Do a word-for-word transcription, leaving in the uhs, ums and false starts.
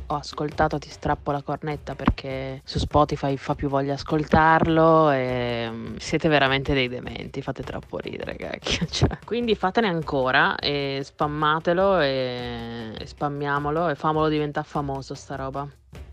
ho ascoltato Ti strappo la cornetta perché su Spotify fa più voglia ascoltarlo e mm, siete veramente dei dementi, fate troppo ridere, cacchio. Cioè. Quindi fatene ancora e spammatelo e, e spammiamolo e famolo diventare famoso sta roba.